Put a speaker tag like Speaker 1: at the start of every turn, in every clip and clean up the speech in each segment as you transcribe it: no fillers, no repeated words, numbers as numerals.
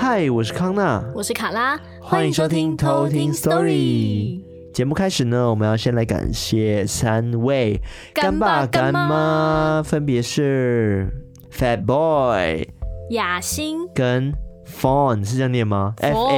Speaker 1: 嗨，我是康娜，
Speaker 2: 我是卡拉，
Speaker 1: 欢迎收听偷听 Story。节目开始呢，我们要先来感谢3位干爸干妈，分别是 Fat Boy、
Speaker 2: 雅欣
Speaker 1: 跟 Fawn， 是这样念吗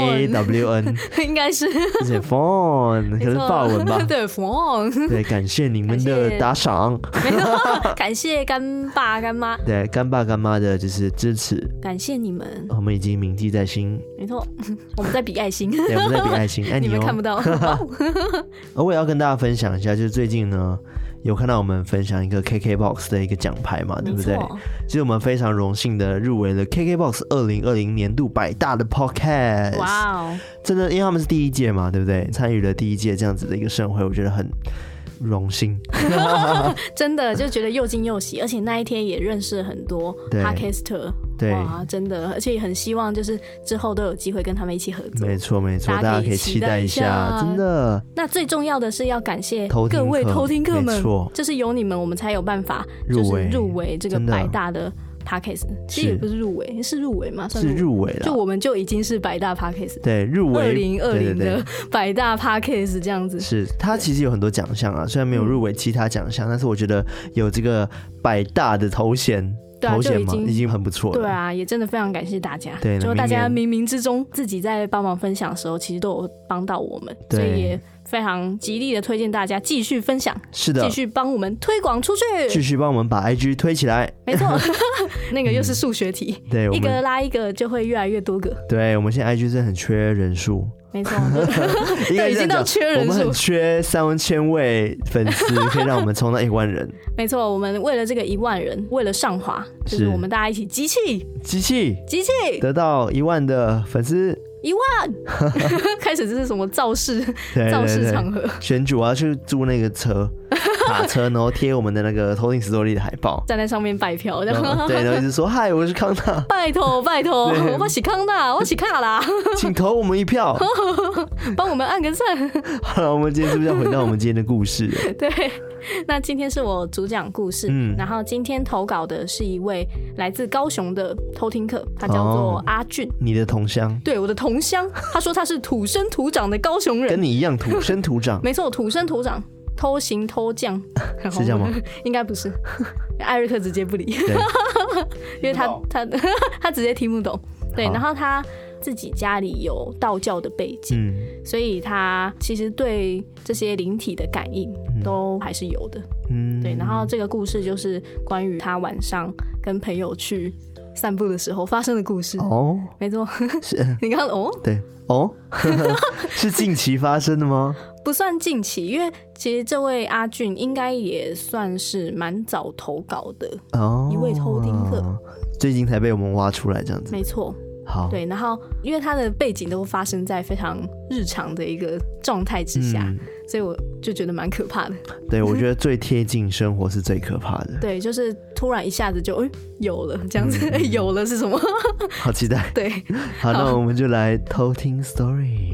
Speaker 1: ？FAWN
Speaker 2: 应该是，
Speaker 1: 而且 Fawn 可是法文吧？
Speaker 2: 对 Fawn，
Speaker 1: 对，感谢你们的打赏，
Speaker 2: 没错，感谢干爸干妈，
Speaker 1: 对干爸干妈的就是支持，
Speaker 3: 感
Speaker 2: 谢你们，
Speaker 1: 我们已经铭记在心。
Speaker 2: 没错，我们在比爱心，
Speaker 1: 对，我们在比爱心，爱你哦，
Speaker 2: 你们看不到。
Speaker 1: 我也要跟大家分享一下，就是最近呢，有看到我们分享一个 KKBOX 的一个奖牌嘛，对不对？其实我们非常荣幸的入围了 KKBOX 2020年度100大的 Podcast。
Speaker 2: 哇哦！
Speaker 1: 真的，因为他们是第一届嘛，对不对？参与了第一届这样子的一个盛会，我觉得很荣幸。
Speaker 2: 真的就觉得又惊又喜，而且那一天也认识了很多 Podcaster。
Speaker 1: 对，
Speaker 2: 哇，真的，而且也很希望就是之后都有机会跟他们一起合作。
Speaker 1: 没错没错，大家可以期待一下，真的。
Speaker 2: 那最重要的是要感谢各位偷听客们，
Speaker 1: 没错，
Speaker 2: 就是有你们，我们才有办法就是入围这个100大的 Podcast。其实也不是入围，是入围吗？
Speaker 1: 是入围了，
Speaker 2: 就我们就已经是100大 Podcast。
Speaker 1: 对，入围
Speaker 2: 2020的100大 Podcast 这样子。
Speaker 1: 是，它其实有很多奖项啊，虽然没有入围其他奖项，但是我觉得有这个100大的头衔。头衔嘛，已经很不错了。
Speaker 2: 对啊，也真的非常感谢大家。
Speaker 1: 对，
Speaker 2: 就大家冥冥之中自己在帮忙分享的时候，其实都有帮到我们，所以也非常极力的推荐大家继续分享。
Speaker 1: 是的，
Speaker 2: 继续帮我们推广出去，
Speaker 1: 继续帮我们把 IG 推起来。
Speaker 2: 没错，那个又是数学题，
Speaker 1: 对，
Speaker 2: 一个拉一个就会越来越多个。
Speaker 1: 对，我们现在 IG 真的很缺人数。
Speaker 2: 没错，已经到缺人数，
Speaker 1: 我们很缺3000位粉丝，可以让我们冲到1万人。
Speaker 2: 没错，我们为了这个1万人，为了上滑，就是我们大家一起集气，
Speaker 1: 得到1万的粉丝。
Speaker 2: 1万，开始这是什么造势场合？
Speaker 1: 选主要去租那个车。卡车，然后贴我们的那个偷听 Story 的海报，
Speaker 2: 站在上面拜票，
Speaker 1: 对，然后一直说嗨，我是康纳，
Speaker 2: 拜托，我是康纳，我是卡拉，
Speaker 1: 请投我们一票，
Speaker 2: 帮我们按个赞。
Speaker 1: 好了，我们今天是不是要回到我们今天的故事？
Speaker 2: 对，那今天是我主讲故事，然后今天投稿的是一位来自高雄的偷听客，他叫做阿俊，
Speaker 1: 你的同乡，
Speaker 2: 对，我的同乡，他说他是土生土长的高雄人，
Speaker 1: 跟你一样土生土长，
Speaker 2: 没错，土生土长。偷行偷降
Speaker 1: 是这样吗？
Speaker 2: 应该不是，艾瑞克直接不理，因为他直接听不懂。对，然后他自己家里有道教的背景，所以他其实对这些灵体的感应都还是有的。对，然后这个故事就是关于他晚上跟朋友去散步的时候发生的故事。哦，没错，
Speaker 1: 是
Speaker 2: 你刚哦，
Speaker 1: 对哦，是近期发生的吗？
Speaker 2: 不算近期，因为其实这位阿俊应该也算是蛮早投稿的一位偷听客，
Speaker 1: 最近才被我们挖出来这样子。
Speaker 2: 没错，
Speaker 1: 好，
Speaker 2: 对，然后因为他的背景都发生在非常日常的一个状态之下，所以我就觉得蛮可怕的。
Speaker 1: 对，我觉得最贴近生活是最可怕的。
Speaker 2: 对，就是突然一下子就有了这样子，有了是什么？
Speaker 1: 好期待。
Speaker 2: 对，
Speaker 1: 好，那我们就来偷听 story。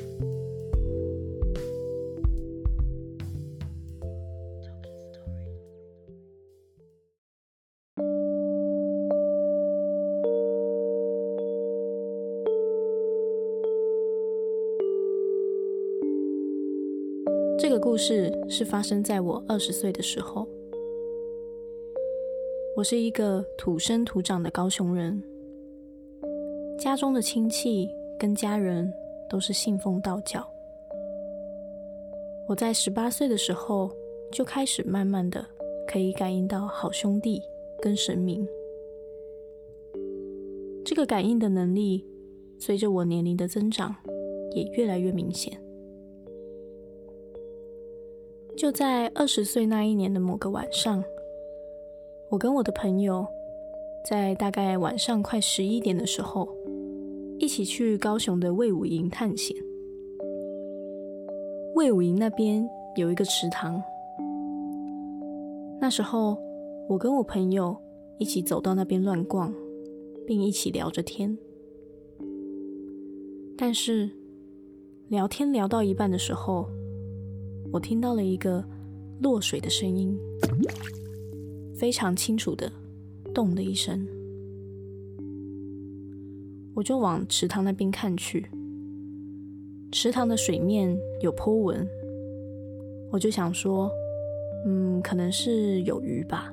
Speaker 2: 这个故事是发生在我20岁的时候。我是一个土生土长的高雄人，家中的亲戚跟家人都是信奉道教。我在18岁的时候就开始慢慢的可以感应到好兄弟跟神明。这个感应的能力随着我年龄的增长也越来越明显。就在20岁那一年的某个晚上，我跟我的朋友在大概晚上快11点的时候，一起去高雄的卫武营探险。卫武营那边有一个池塘，那时候我跟我朋友一起走到那边乱逛，并一起聊着天。但是聊天聊到一半的时候，我听到了一个落水的声音，非常清楚的咚的一声。 我就往池塘那边看去，池塘的水面有波纹，我就想说可能是有鱼吧。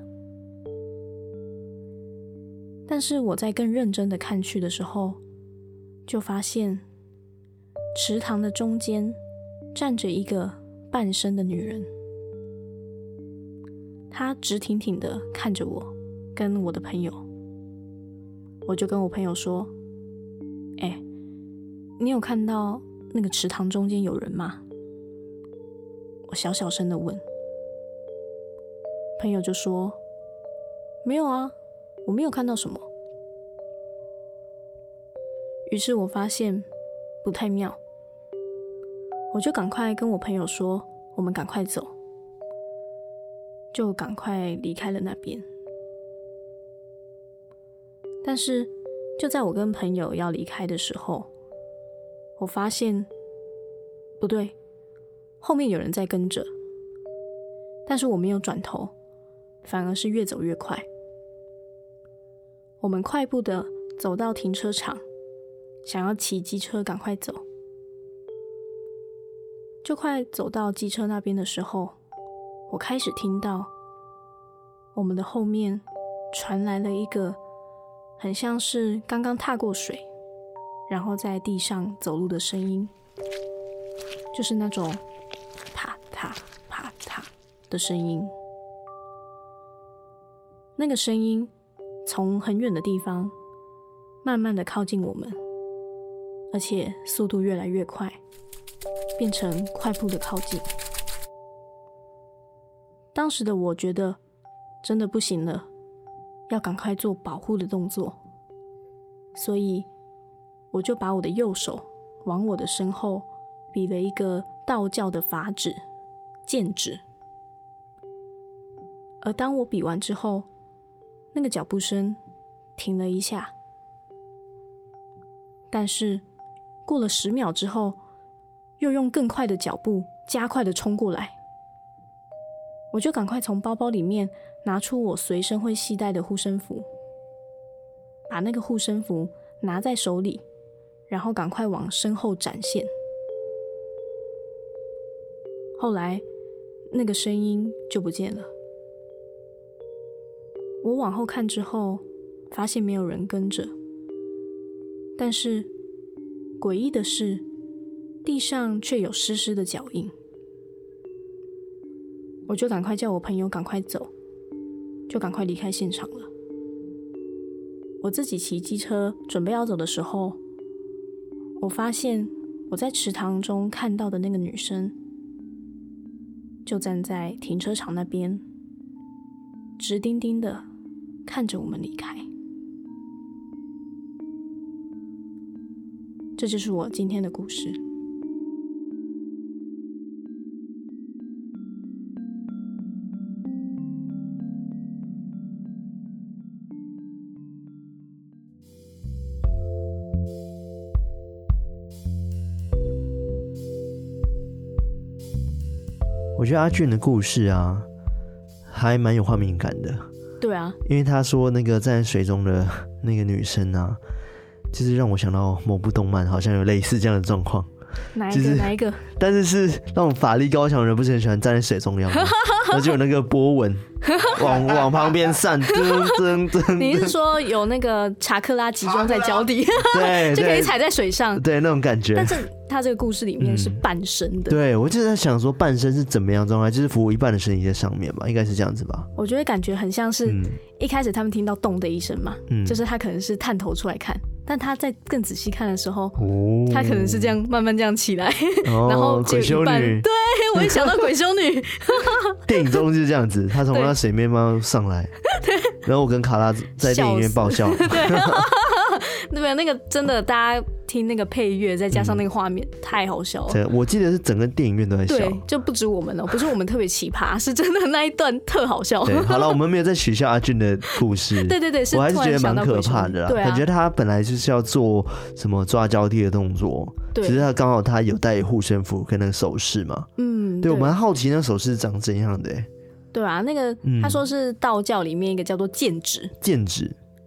Speaker 2: 但是我在更认真的看去的时候，就发现池塘的中间站着一个半身的女人，她直挺挺的看着我跟我的朋友。我就跟我朋友说，你有看到那个池塘中间有人吗？我小小声的问。朋友就说，没有啊，我没有看到什么。于是我发现不太妙，我就赶快跟我朋友说，我们赶快走，就赶快离开了那边。但是就在我跟朋友要离开的时候，我发现不对，后面有人在跟着，但是我没有转头，反而是越走越快。我们快步的走到停车场，想要骑机车赶快走。就快走到机车那边的时候，我开始听到我们的后面传来了一个很像是刚刚踏过水，然后在地上走路的声音，就是那种啪嗒啪嗒的声音。那个声音从很远的地方慢慢的靠近我们，而且速度越来越快，变成快步的靠近。当时的我觉得真的不行了，要赶快做保护的动作，所以我就把我的右手往我的身后比了一个道教的法指剑指。而当我比完之后，那个脚步声停了一下，但是过了10秒之后，又用更快的脚步加快的冲过来。我就赶快从包包里面拿出我随身会携带的护身符，把那个护身符拿在手里，然后赶快往身后展现。后来那个声音就不见了。我往后看之后，发现没有人跟着，但是诡异的是，地上却有湿湿的脚印。我就赶快叫我朋友赶快走，就赶快离开现场了。我自己骑机车准备要走的时候，我发现我在池塘中看到的那个女生，就站在停车场那边，直盯盯的看着我们离开。这就是我今天的故事。
Speaker 1: 我觉得阿俊的故事啊，还蛮有画面感的。
Speaker 2: 对啊，
Speaker 1: 因为他说那个站在水中的那个女生啊，就是让我想到某部动漫好像有类似这样的状况。
Speaker 2: 哪一个？
Speaker 1: 但是那种法力高强的人不是很喜欢站在水中央吗？然后就有那个波纹往旁边散，
Speaker 2: 你是说有那个查克拉集中在脚底，
Speaker 1: 对，
Speaker 2: 就可以踩在水上，
Speaker 1: 对那种感觉。
Speaker 2: 但是他这个故事里面是半身的，
Speaker 1: 对，我就在想说半身是怎么样状态，就是浮一半的身体在上面吧，应该是这样子吧。
Speaker 2: 我觉得感觉很像是一开始他们听到咚的一声嘛，就是他可能是探头出来看，但他在更仔细看的时候，他可能是这样慢慢这样起来，然后
Speaker 1: 鬼修女，
Speaker 2: 对，我也想到鬼修女，
Speaker 1: 电影中就是这样子，他从那水面慢慢上来，然后我跟卡拉在电影院爆笑，
Speaker 2: 对，那个真的，大家听那个配乐，再加上那个画面，太好笑了。
Speaker 1: 我记得是整个电影院都在笑，
Speaker 2: 对，就不止我们哦，不是我们特别奇葩，是真的那一段特好笑。
Speaker 1: 对，好了，我们没有在取笑阿俊的故事，
Speaker 2: 对，
Speaker 1: 我还是觉得蛮可怕的啦。
Speaker 2: 对啊，
Speaker 1: 感觉他本来就是要做什么抓交替的动作，只是他刚好他有带护身符跟那个手势嘛。对，我蛮好奇那个手势长怎样的。
Speaker 2: 对啊，那个他说是道教里面一个叫做剑指，
Speaker 1: 剑指。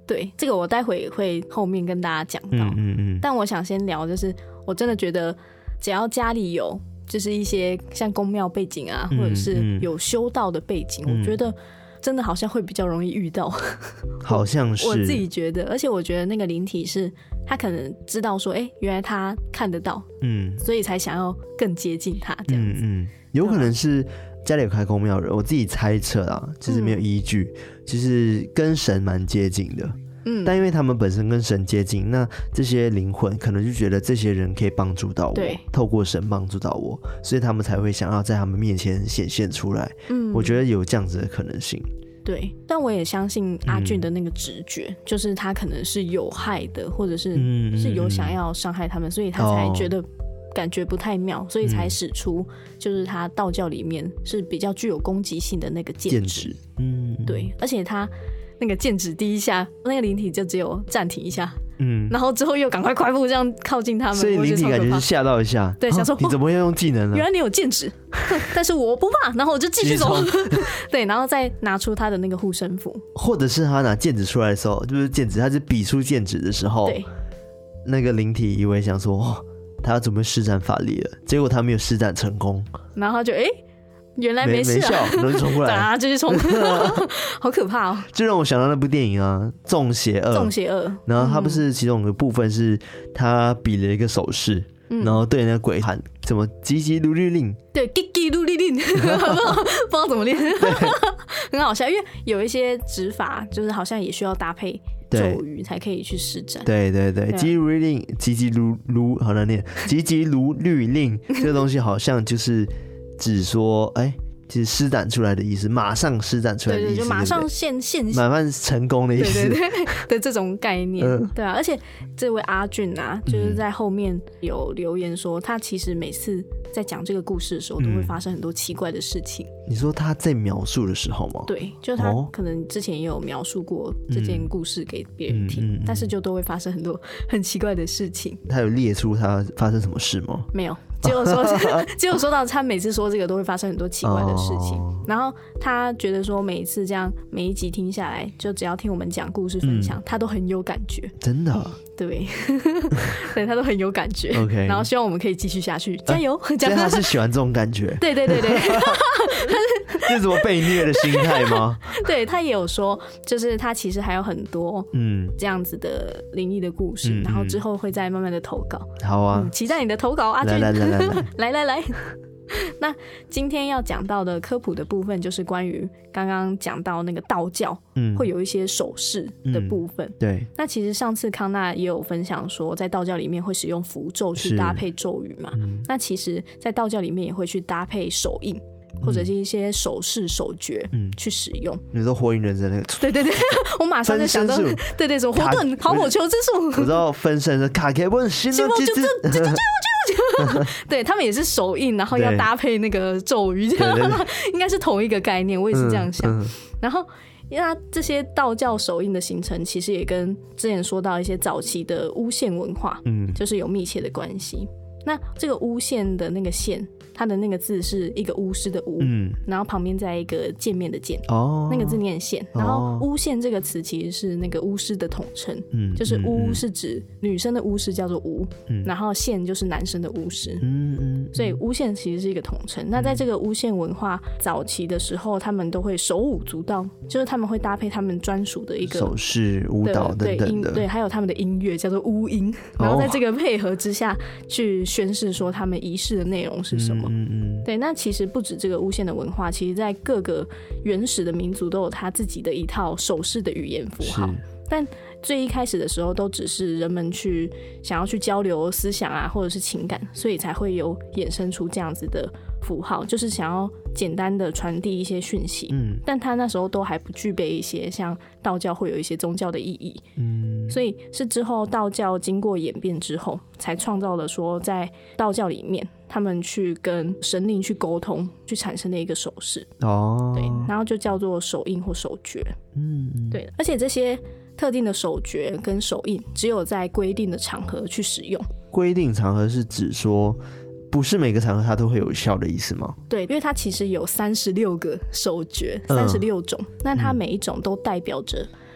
Speaker 2: 对，这个我待会会后面跟大家讲到。但我想先聊，就是我真的觉得只要家里有就是一些像宫庙背景啊，或者是有修道的背景，我觉得真的好像会比较容易遇到。
Speaker 1: 好像是我
Speaker 2: 自己觉得，而且我觉得那个灵体是他可能知道说原来他看得到，所以才想要更接近他这样子。
Speaker 1: 有可能是家里有开宫庙人，我自己猜测啦，就是没有依据，就是跟神蛮接近的。但因为他们本身跟神接近，那这些灵魂可能就觉得这些人可以帮助到我，透过神帮助到我，所以他们才会想要在他们面前显现出来。我觉得有这样子的可能性。
Speaker 2: 对，但我也相信阿俊的那个直觉，就是他可能是有害的，或者是有想要伤害他们，所以他才觉得感觉不太妙，所以才使出就是他道教里面是比较具有攻击性的那个剑指。对，而且他那个剑指第一下，那个灵体就只有暂停一下，然后之后又赶快快步这样靠近他们，
Speaker 1: 所以灵体感觉是吓到一下，
Speaker 2: 对，想说
Speaker 1: 你怎么会用技能呢？
Speaker 2: 原来你有剑指，但是我不怕，然后我就继续走，对，然后再拿出他的那个护身符，
Speaker 1: 或者是他拿剑指出来的时候，就是剑指，他是比出剑指的时候，对，那个灵体以为想说他要准备施展法力了，结果他没有施展成功，
Speaker 2: 然后他就原来没事啊，
Speaker 1: 能冲过来，
Speaker 2: 啊，继续冲，好可怕哦！
Speaker 1: 就让我想到那部电影啊，《粽邪2》。粽邪2，然后他不是其中有个部分是他比了一个手势，然后对那个鬼喊什么“急急如律令”，
Speaker 2: 对，急急如律令，不知道怎么练，很好笑，因为有一些指法就是好像也需要搭配咒语才可以去施展。
Speaker 1: 对对对，急急如律令，急急如好难念，急急如律令这个东西好像就是只说其实施展出来的意思，马上施展出来的意思，
Speaker 2: 对，就马上现
Speaker 1: 马上成功的意思，
Speaker 2: 对的这种概念，对啊。而且这位阿俊啊，就是在后面有留言说，他其实每次在讲这个故事的时候，都会发生很多奇怪的事情。
Speaker 1: 你说他在描述的时候吗？
Speaker 2: 对，就是他可能之前也有描述过这件故事给别人听，但是就都会发生很多很奇怪的事情。
Speaker 1: 他有列出他发生什么事吗？
Speaker 2: 没有。结果说到他每次说这个都会发生很多奇怪的事情，然后他觉得说每一次这样每一集听下来，就只要听我们讲故事分享，他都很有感觉。
Speaker 1: 真的？
Speaker 2: 对，对，他都很有感觉。
Speaker 1: OK，
Speaker 2: 然后希望我们可以继续下去，加油！
Speaker 1: 所以他是喜欢这种感觉。
Speaker 2: 对，
Speaker 1: 是什么被虐的心态吗？
Speaker 2: 对，他也有说，就是他其实还有很多这样子的灵异的故事，然后之后会再慢慢的投稿。
Speaker 1: 好啊，
Speaker 2: 期待你的投稿，阿俊。来。那今天要讲到的科普的部分，就是关于刚刚讲到那个道教会有一些手势的部分。
Speaker 1: 对，
Speaker 2: 那其实上次康纳也有分享说，在道教里面会使用符咒去搭配咒语嘛。那其实在道教里面也会去搭配手印或者是一些手势手诀去使用。
Speaker 1: 你说火影忍者那个？
Speaker 2: 对，我马上就想到，对，什么火遁好火球之术。
Speaker 1: 我知道分身是卡开本新的机制。
Speaker 2: 对，他们也是手印，然后要搭配那个咒语，应该是同一个概念，我也是这样想。然后因为它这些道教手印的形成，其实也跟之前说到一些早期的巫县文化，就是有密切的关系。那这个巫县的那个县，它的那个字是一个巫师的巫，然后旁边再一个见面的见，那个字念县。然后巫县这个词其实是那个巫师的统称，就是巫是指女生的巫师叫做巫，然后县就是男生的巫师，所以巫县其实是一个统称。那在这个巫县文化早期的时候，他们都会手舞足蹈，就是他们会搭配他们专属的一个
Speaker 1: 手势、舞蹈等等的，
Speaker 2: 对，还有他们的音乐叫做巫音，然后在这个配合之下去宣示说他们仪式的内容是什么。对，那其实不止这个巫县的文化，其实在各个原始的民族都有他自己的一套手势的语言符号，但最一开始的时候都只是人们去想要去交流思想啊或者是情感，所以才会有衍生出这样子的符号，就是想要简单的传递一些讯息，但他那时候都还不具备一些像道教会有一些宗教的意义，所以是之后道教经过演变之后才创造了说在道教里面他们去跟神灵去沟通去产生的一个手势，对，然后就叫做手印或手诀，对，而且这些特定的手诀跟手印只有在规定的场合去使用。
Speaker 1: 规定场合是指说不是每个场合它都会有效的意思吗？
Speaker 2: 对，因为它其实有36个手诀，36种，那它每一种都代表着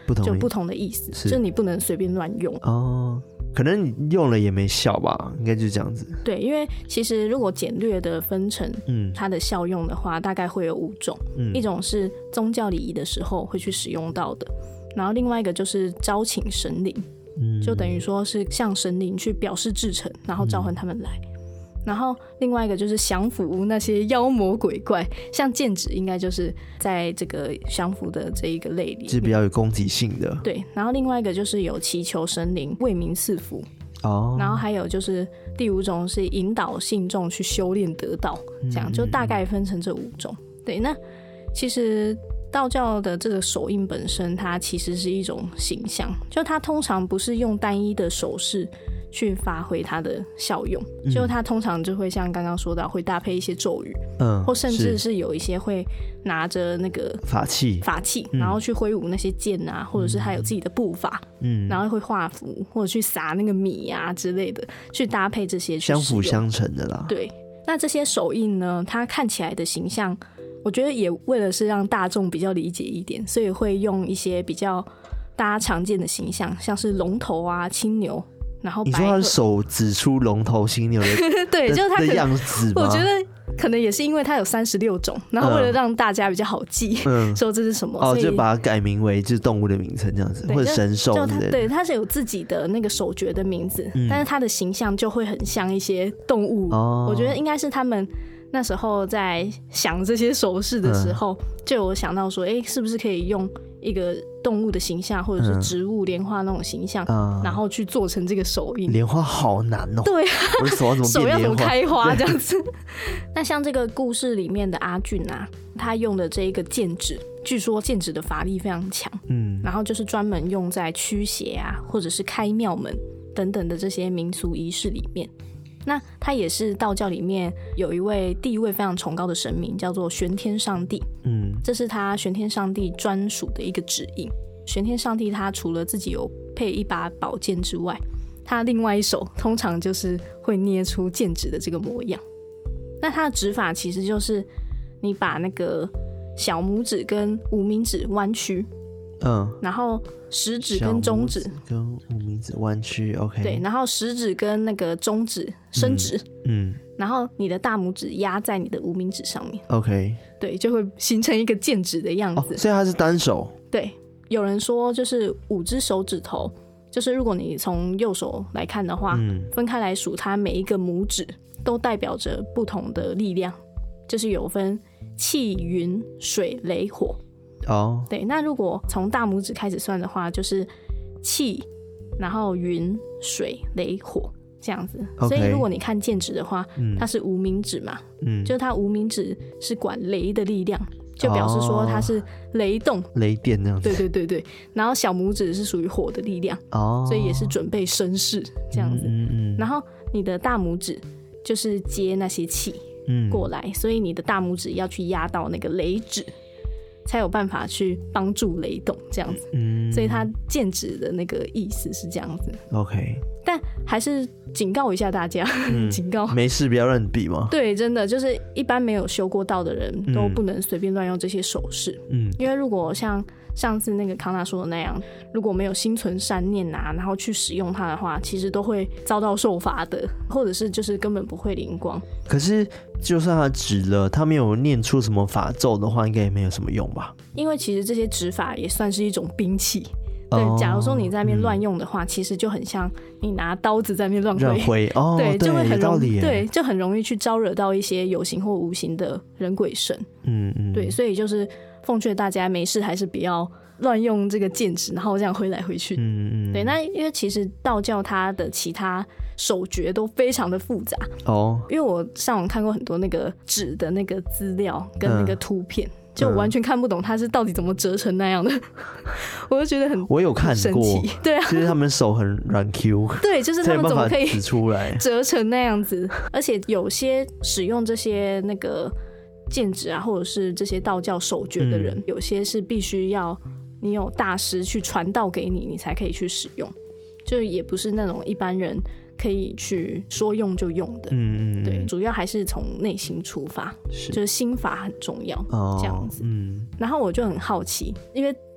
Speaker 2: 就不同的意思，就你不能随便乱用
Speaker 1: 哦。可能你用了也没效吧，应该就是这样子。
Speaker 2: 对，因为其实如果简略的分成它的效用的话，大概会有5种。一种是宗教礼仪的时候会去使用到的，然后另外一个就是招请神灵，就等于说是向神灵去表示至诚，然后召唤他们来。然后另外一个就是降服那些妖魔鬼怪，像剑指应该就是在这个降服的这一个类里，
Speaker 1: 是比较有攻击性的。
Speaker 2: 对，然后另外一个就是有祈求神灵为民赐福。然后还有就是第5种是引导信众去修炼得道，这样就大概分成这5种。对，那其实道教的这个手印本身它其实是一种形象，就它通常不是用单一的手势去发挥它的效用，就它通常就会像刚刚说到会搭配一些咒语，或甚至是有一些会拿着那个法器，然后去挥舞那些剑啊，或者是还有自己的步伐，然后会画符或者去撒那个米啊之类的，去搭配这些去
Speaker 1: 相辅相成的啦。
Speaker 2: 对，那这些手印呢，它看起来的形象，我觉得也为了是让大众比较理解一点，所以会用一些比较大家常见的形象，像是龙头啊、青牛。然后
Speaker 1: 你说他的手指出龙头青牛的
Speaker 2: 对，就是他
Speaker 1: 的样子吗？
Speaker 2: 我觉得可能也是因为它有36种，然后为了让大家比较好记，说这是什么，
Speaker 1: 就把它改名为就是动物的名称这样子，或者神兽之类的。
Speaker 2: 对，它是有自己的那个手诀的名字，但是它的形象就会很像一些动物。我觉得应该是他们那时候在想这些手势的时候，就有想到说，是不是可以用一个动物的形象或者是植物莲花那种形象，然后去做成这个手印。
Speaker 1: 莲花好难哦。
Speaker 2: 对啊，
Speaker 1: 我的手要怎么变莲花？
Speaker 2: 手要怎么开花这样子？那像这个故事里面的阿俊啊，他用的这一个剑指，据说剑指的法力非常强，然后就是专门用在驱邪啊，或者是开庙门等等的这些民俗仪式里面。那他也是道教里面有一位地位非常崇高的神明，叫做玄天上帝。这是他玄天上帝专属的一个指印。玄天上帝他除了自己有配一把宝剑之外，他另外一手通常就是会捏出剑指的这个模样。那他的指法其实就是你把那个小拇指跟无名指弯曲，然后食指跟中指
Speaker 1: 跟无名指弯曲 ，OK，
Speaker 2: 对，然后食指跟那个中指伸直，然后你的大拇指压在你的无名指上面
Speaker 1: ，OK，
Speaker 2: 对，就会形成一个剑指的样子。
Speaker 1: 所以它是单手。
Speaker 2: 对，有人说就是5只手指头，就是如果你从右手来看的话，分开来数，它每一个拇指都代表着不同的力量，就是有分气、云、水、雷、火。对，那如果从大拇指开始算的话，就是气，然后云、水、雷、火这样子。所以如果你看剑指的话，它是无名指嘛，就是它无名指是管雷的力量，就表示说它是雷动、
Speaker 1: 雷电那样子。
Speaker 2: 对，然后小拇指是属于火的力量，所以也是准备生事这样子。然后你的大拇指就是接那些气过来，所以你的大拇指要去压到那个雷指，才有办法去帮助雷动这样子。所以它剑指的那个意思是这样子。
Speaker 1: OK，
Speaker 2: 但还是警告一下大家，警告
Speaker 1: 没事不要乱比嘛。
Speaker 2: 对，真的就是一般没有修过道的人都不能随便乱用这些手势。因为如果像上次那个康纳说的那样，如果没有心存善念啊，然后去使用它的话，其实都会遭到受罚的，或者是就是根本不会灵光。
Speaker 1: 可是就算他指了，他没有念出什么法咒的话，应该也没有什么用吧？
Speaker 2: 因为其实这些指法也算是一种兵器。对，假如说你在那边乱用的话，其实就很像你拿刀子在那边乱挥，对，就会很容易，对，就很容易去招惹到一些有形或无形的人鬼神。对，所以就是奉劝大家没事还是不要乱用这个剑指，然后这样挥来挥去。对，那因为其实道教它的其他手诀都非常的复杂因为我上网看过很多那个指的那个资料跟那个图片。就我完全看不懂它是到底怎么折成那样的，我就觉得很，
Speaker 1: 我有看过，
Speaker 2: 对啊，
Speaker 1: 其实他们手很软 Q，
Speaker 2: 对，就是他们怎么可以
Speaker 1: 指出来
Speaker 2: 折成那样子，而且有些使用这些那个剑指啊，或者是这些道教手诀的人，有些是必须要你有大师去传道给你，你才可以去使用，就也不是那种一般人可以去说用就用的。对，主要还是从内心出发，就是心法很重要，这样子。然后我就很好奇，因为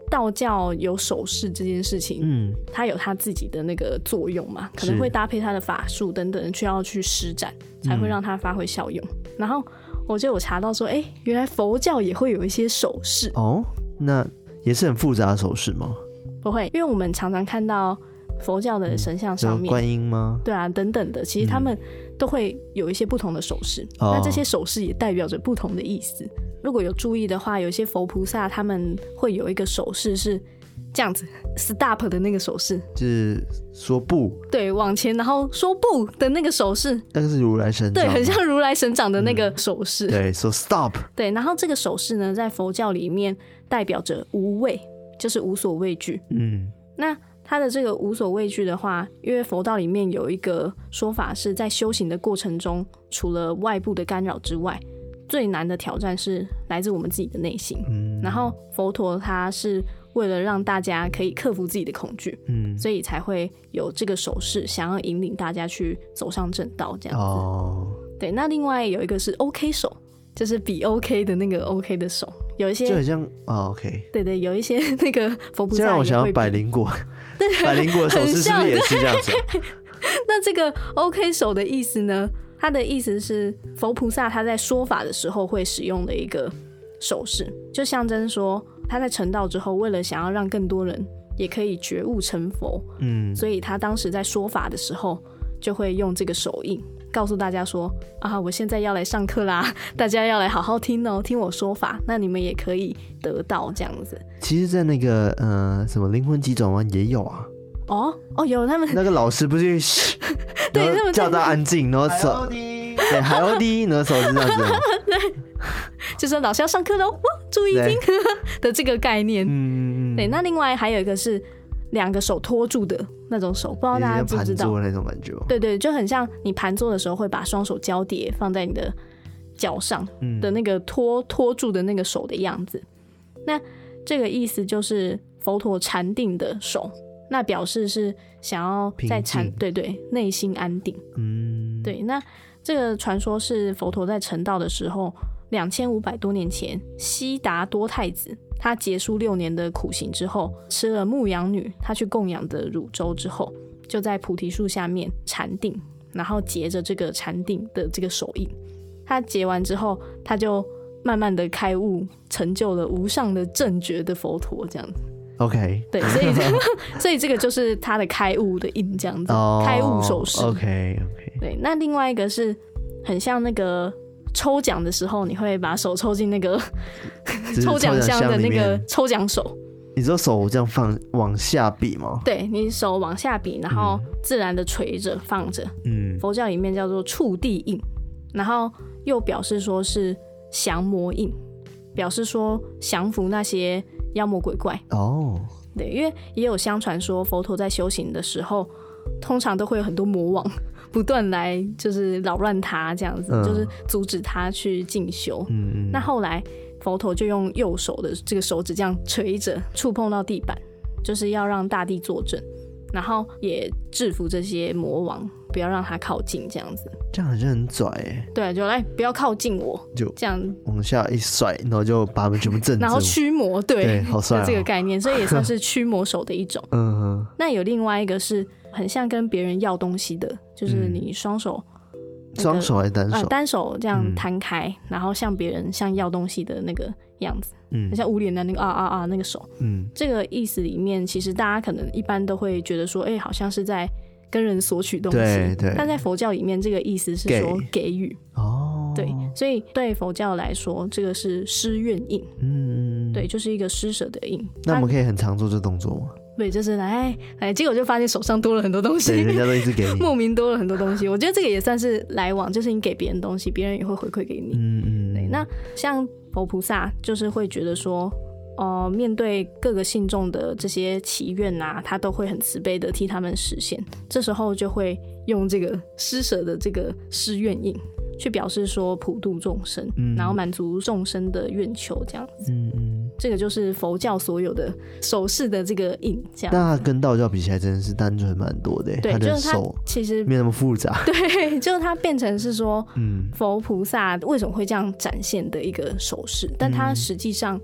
Speaker 2: 道教有手势这件事情，它有它自己的那个作用嘛，可能会搭配它的法术等等需要去施展，才会让它发挥效用。然后我查到说，原来佛教也会有一些手势
Speaker 1: 哦，那也是很复杂的手势吗？
Speaker 2: 不会，因为我们常常看到佛教的神像上面，
Speaker 1: 观音吗？对
Speaker 2: 啊，等等的，其实他们都会有一些不同的手势，那这些手势也代表着不同的意思。如果有注意的话，有些佛菩萨他们会有一个手势是这样子 ，stop 的那个手势，
Speaker 1: 就是说不，
Speaker 2: 对，往前然后说不的那个手势，
Speaker 1: 那个是如来神掌，
Speaker 2: 对，很像如来神掌的那个手势，
Speaker 1: 对，说 stop，
Speaker 2: 对，然后这个手势呢，在佛教里面代表着无畏，就是无所畏惧，那它的这个无所畏惧的话，因为佛道里面有一个说法是在修行的过程中，除了外部的干扰之外，最难的挑战是来自我们自己的内心。然后佛陀他是为了让大家可以克服自己的恐惧，所以才会有这个手势，想要引领大家去走上正道这样子。对，那另外有一个是 OK 手，就是比 OK 的那个 OK 的手，有一些
Speaker 1: 就很像OK，
Speaker 2: 对，有一些那个佛菩萨也会比，
Speaker 1: 这让我想到百灵果，百灵果的手势是不是也是这样子？
Speaker 2: 那这个 OK 手的意思呢？它的意思是佛菩萨他在说法的时候会使用的一个手势，就象征说他在成道之后，为了想要让更多人也可以觉悟成佛，所以他当时在说法的时候就会用这个手印告诉大家说啊，我现在要来上课啦，大家要来好好听哦，听我说法，那你们也可以得到这样子。
Speaker 1: 其实在那个什么灵魂急转弯也有啊。
Speaker 2: 有他们
Speaker 1: 那个老师不是对，他们叫他安静，然后手对海鸥低，然后手是这样子
Speaker 2: 对，就说老师要上课喽，注意听的这个概念。对，那另外还有一个是两个手托住的那种手，不知道大家知不知道？
Speaker 1: 盘坐那种感觉。
Speaker 2: 对，就很像你盘坐的时候会把双手交叠放在你的脚上的那个托住的那个手的样子。那这个意思就是佛陀禅定的手。那表示是想要在对内心安定。对，那这个传说是佛陀在成道的时候，2500多年前，悉达多太子他结束6年的苦行之后，吃了牧羊女他去供养的乳粥之后，就在菩提树下面禅定，然后结着这个禅定的这个手印。他结完之后，他就慢慢的开悟，成就了无上的正觉的佛陀这样子。
Speaker 1: OK，
Speaker 2: 对，所以这个就是他的开悟的印，这样子，开悟手势。
Speaker 1: OK，
Speaker 2: 对，那另外一个是很像那个抽奖的时候，你会把手抽进那个抽奖箱的那个抽奖手。
Speaker 1: 你说手这样放往下比吗？
Speaker 2: 对，你手往下比，然后自然的垂着放着。佛教里面叫做触地印，然后又表示说是降魔印，表示说降服那些妖魔鬼怪。对，因为也有相传说佛陀在修行的时候，通常都会有很多魔王不断来就是扰乱他这样子，就是阻止他去进修。那后来佛陀就用右手的这个手指这样垂着触碰到地板，就是要让大地作证，然后也制服这些魔王，不要让他靠近这样子。
Speaker 1: 这样好像很拽耶。
Speaker 2: 对，就来不要靠近我，就这样
Speaker 1: 往下一甩，然后就把他们全部镇住，
Speaker 2: 然后驱魔。对，
Speaker 1: 好帅
Speaker 2: 这个概念，所以也算是驱魔手的一种。那有另外一个是很像跟别人要东西的，就是你双手
Speaker 1: 还是单手？
Speaker 2: 单手这样摊开，然后向别人像要东西的那个样子，很像无脸的那个那个手。这个意思里面，其实大家可能一般都会觉得说，好像是在跟人索取东西。对，但在佛教里面，这个意思是说给予。对，所以对佛教来说，这个是施愿印。对，就是一个施舍的印。
Speaker 1: 那我们可以很常做这动作吗？
Speaker 2: 对，就是来，结果就发现手上多了很多东西，
Speaker 1: 对，人家都一直给你，
Speaker 2: 莫名多了很多东西。我觉得这个也算是来往，就是你给别人东西，别人也会回馈给你。对，那像佛菩萨就是会觉得说，面对各个信众的这些祈愿啊，他都会很慈悲的替他们实现。这时候就会用这个施舍的这个施愿印，去表示说普度众生，然后满足众生的愿求这样子。这个就是佛教所有的手势的这个印，这样。
Speaker 1: 那跟道教比起来，真的是单纯蛮多的。
Speaker 2: 对，
Speaker 1: 他的
Speaker 2: 手其实
Speaker 1: 没有那么复杂。
Speaker 2: 对，就是它变成是说，佛菩萨为什么会这样展现的一个手势，但它实际上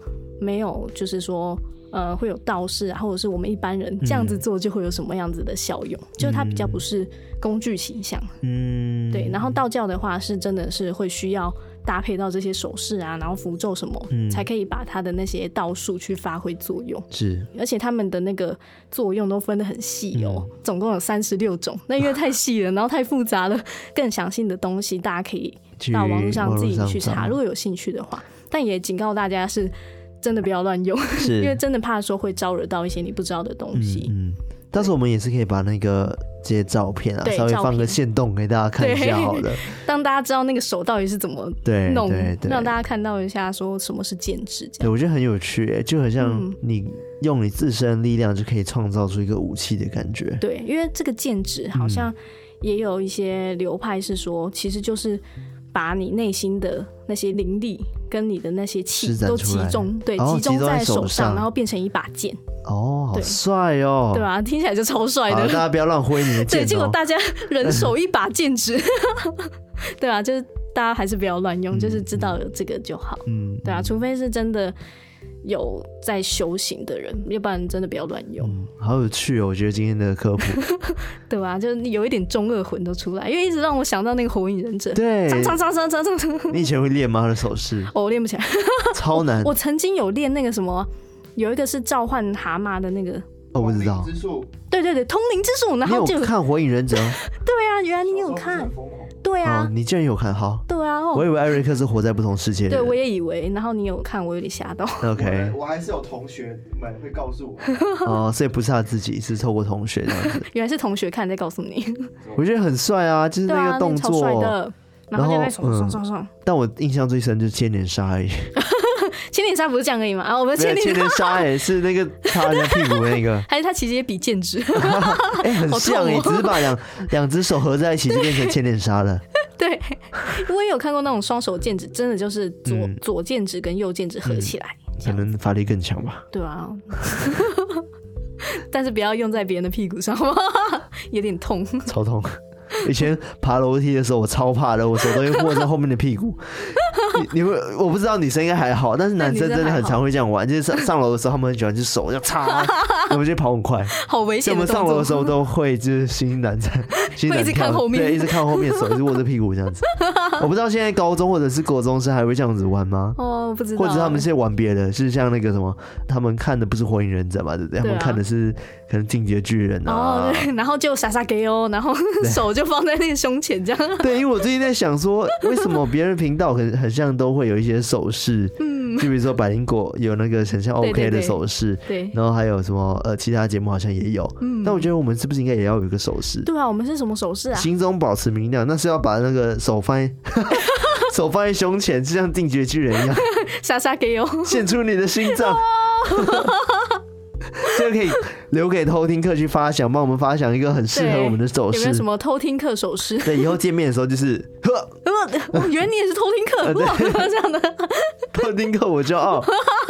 Speaker 2: 没有就是说会有道士啊，或者是我们一般人这样子做就会有什么样子的效用，就是它比较不是工具形象。对。然后道教的话是真的是会需要搭配到这些手势啊，然后符咒什么，才可以把它的那些道术去发挥作用。是，而且他们的那个作用都分得很细哦，总共有36种。那因为太细了，然后太复杂了，更详细的东西大家可以到网络上自己去查，如果有兴趣的话。但也警告大家是真的不要乱用，因为真的怕说会招惹到一些你不知道的东西。
Speaker 1: 但是我们也是可以把那个这些照片啊，稍微放个限动给大家看一下好了，
Speaker 2: 让大家知道那个手到底是怎么弄，让大家看到一下说什么是剑指。
Speaker 1: 对，我觉得很有趣，就很像你用你自身的力量就可以创造出一个武器的感觉。
Speaker 2: 对，因为这个剑指好像也有一些流派是说，其实就是把你内心的那些灵力跟你的那些气都集中在手上，然后变成一把剑。
Speaker 1: 好帅哦，
Speaker 2: 对吧？听起来就超帅的。
Speaker 1: 大家不要乱挥你的剑。
Speaker 2: 对，结果大家人手一把剑指，对啊，就是大家还是不要乱用，就是知道有这个就好。对啊，除非是真的有在修行的人，要不然真的不要乱用。
Speaker 1: 好有趣哦，我觉得今天的科普，
Speaker 2: 对吧？就是有一点中二魂都出来，因为一直让我想到那个火影忍者。
Speaker 1: 对，
Speaker 2: 长。
Speaker 1: 你以前会练吗？他的手势？
Speaker 2: 我练不起来，超
Speaker 1: 难。
Speaker 2: 我曾经有练那个什么。有一个是召唤蛤蟆的那个，
Speaker 1: 我不知道。
Speaker 2: 对，通灵之术。然后
Speaker 1: 你有看火影忍者？
Speaker 2: 对啊，原来你有看。对啊，
Speaker 1: 你竟然有看，好。
Speaker 2: 对啊，
Speaker 1: 我以为艾瑞克是活在不同世界的。
Speaker 2: 对，我也以为。然后你有看，我有点吓到。
Speaker 1: OK，
Speaker 4: 我还是有同学们会告诉
Speaker 1: 我。所以不是他自己，是透过同学这样子。
Speaker 2: 原来是同学看在告诉你。
Speaker 1: 我觉得很帅啊，就是那个动作。
Speaker 2: 超帅的。然后就在爽。
Speaker 1: 但我印象最深就是千年杀而已。
Speaker 2: 千年杀不是这样而已吗？我们千
Speaker 1: 年杀也是那个插人家屁股的那个，
Speaker 2: 还是他其实也比剑指，
Speaker 1: 很像只是把两只手合在一起就变成千年杀了。
Speaker 2: 对，我也有看过那种双手剑指，真的就是左剑指跟右剑指合起来，
Speaker 1: 可能法力更强吧。
Speaker 2: 对啊，但是不要用在别人的屁股上，有点痛，
Speaker 1: 超痛。以前爬楼梯的时候我超怕的，我手都会握在后面的屁股。你们我不知道女生应该还好，但是男生真的很常会这样玩，就是上楼的时候他们很喜欢就手这样插，我们就跑很快，
Speaker 2: 好危险。
Speaker 1: 我们上楼的时候都会就是心惊胆战，
Speaker 2: 会一直看后面，
Speaker 1: 对，一直看后面，手一直握着屁股这样子。我不知道现在高中或者是国中生还会这样子玩吗？
Speaker 2: 不知道。
Speaker 1: 或者他们现在玩别的，是像那个什么，他们看的不是火影忍者嘛，对不对？他们看的是可能进击的巨人啊。
Speaker 2: 对，然后就傻傻给然后手就放在那个胸前这样。
Speaker 1: 对，因为我最近在想说，为什么别人频道很像都会有一些手势，就比如说百灵果有那个很像 OK 的手势，
Speaker 2: 对，
Speaker 1: 然后还有什么其他节目好像也有，但我觉得我们是不是应该也要有一个手势？
Speaker 2: 对啊，我们是什么手势啊？
Speaker 1: 心中保持明亮，那是要把那个手放在胸前，就像进击的巨人一样，
Speaker 2: 傻傻给
Speaker 1: 献出你的心脏。这个可以留给偷听客去发想，帮我们发想一个很适合我们的手势。
Speaker 2: 有没有什么偷听客手势？
Speaker 1: 对，以后见面的时候就是
Speaker 2: 原来你也是偷听客，哇，这样的
Speaker 1: 偷听客我骄傲。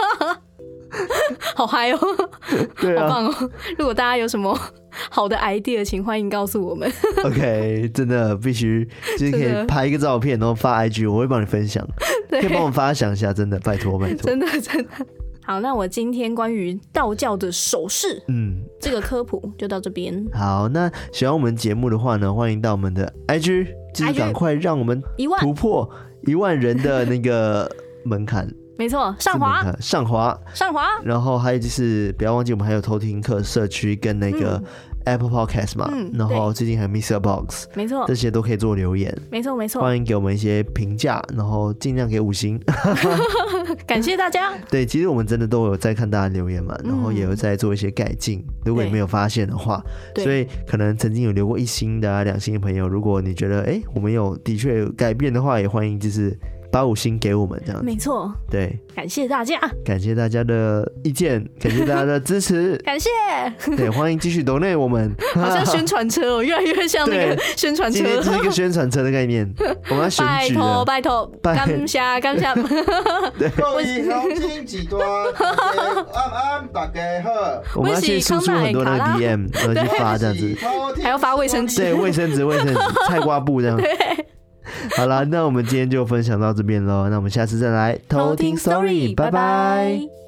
Speaker 2: 好嗨哦！
Speaker 1: 对啊，
Speaker 2: 好棒哦！如果大家有什么好的 idea， 请欢迎告诉我们。
Speaker 1: OK， 真的必须就是可以拍一个照片，然后发 IG， 我会帮你分享，可以帮我们发想一下，真的拜托。
Speaker 2: 真的。好，那我今天关于道教的手势，这个科普就到这边。
Speaker 1: 好，那喜欢我们节目的话呢，欢迎到我们的 IG， 就是赶快让我们突破1万人的那个门槛。
Speaker 2: 没错，上滑，
Speaker 1: 然后还有就是不要忘记我们还有偷听客社区跟那个 Apple Podcast 嘛，然后最近还有 Mr. Box，
Speaker 2: 没错，
Speaker 1: 这些都可以做留言，
Speaker 2: 没错，
Speaker 1: 欢迎给我们一些评价，然后尽量给5星，
Speaker 2: 感谢大家。
Speaker 1: 对，其实我们真的都有在看大家留言嘛，然后也有在做一些改进，如果你没有发现的话，所以可能曾经有留过1星的2星的朋友，如果你觉得我们有的确有改变的话，也欢迎就是把5星给我们这样子。
Speaker 2: 没错，
Speaker 1: 对，
Speaker 2: 感谢大家，
Speaker 1: 感谢大家的意见，感谢大家的支持，
Speaker 2: 感谢。
Speaker 1: 对，欢迎继续donate我们，
Speaker 2: 好像宣传车越来越像那个宣传车。
Speaker 1: 今天是一个宣传车的概念，我们要选举了，
Speaker 2: 拜托，感谢。
Speaker 1: 对，
Speaker 4: 各位好经济端，大家好。
Speaker 1: 我们要去输出很多那个 DM， 然后去发这样子，
Speaker 2: 还要发卫生纸，
Speaker 1: 对，卫生纸，菜瓜布这样。对。好了，那我们今天就分享到这边咯，那我们下次再来偷听 Story， 拜拜。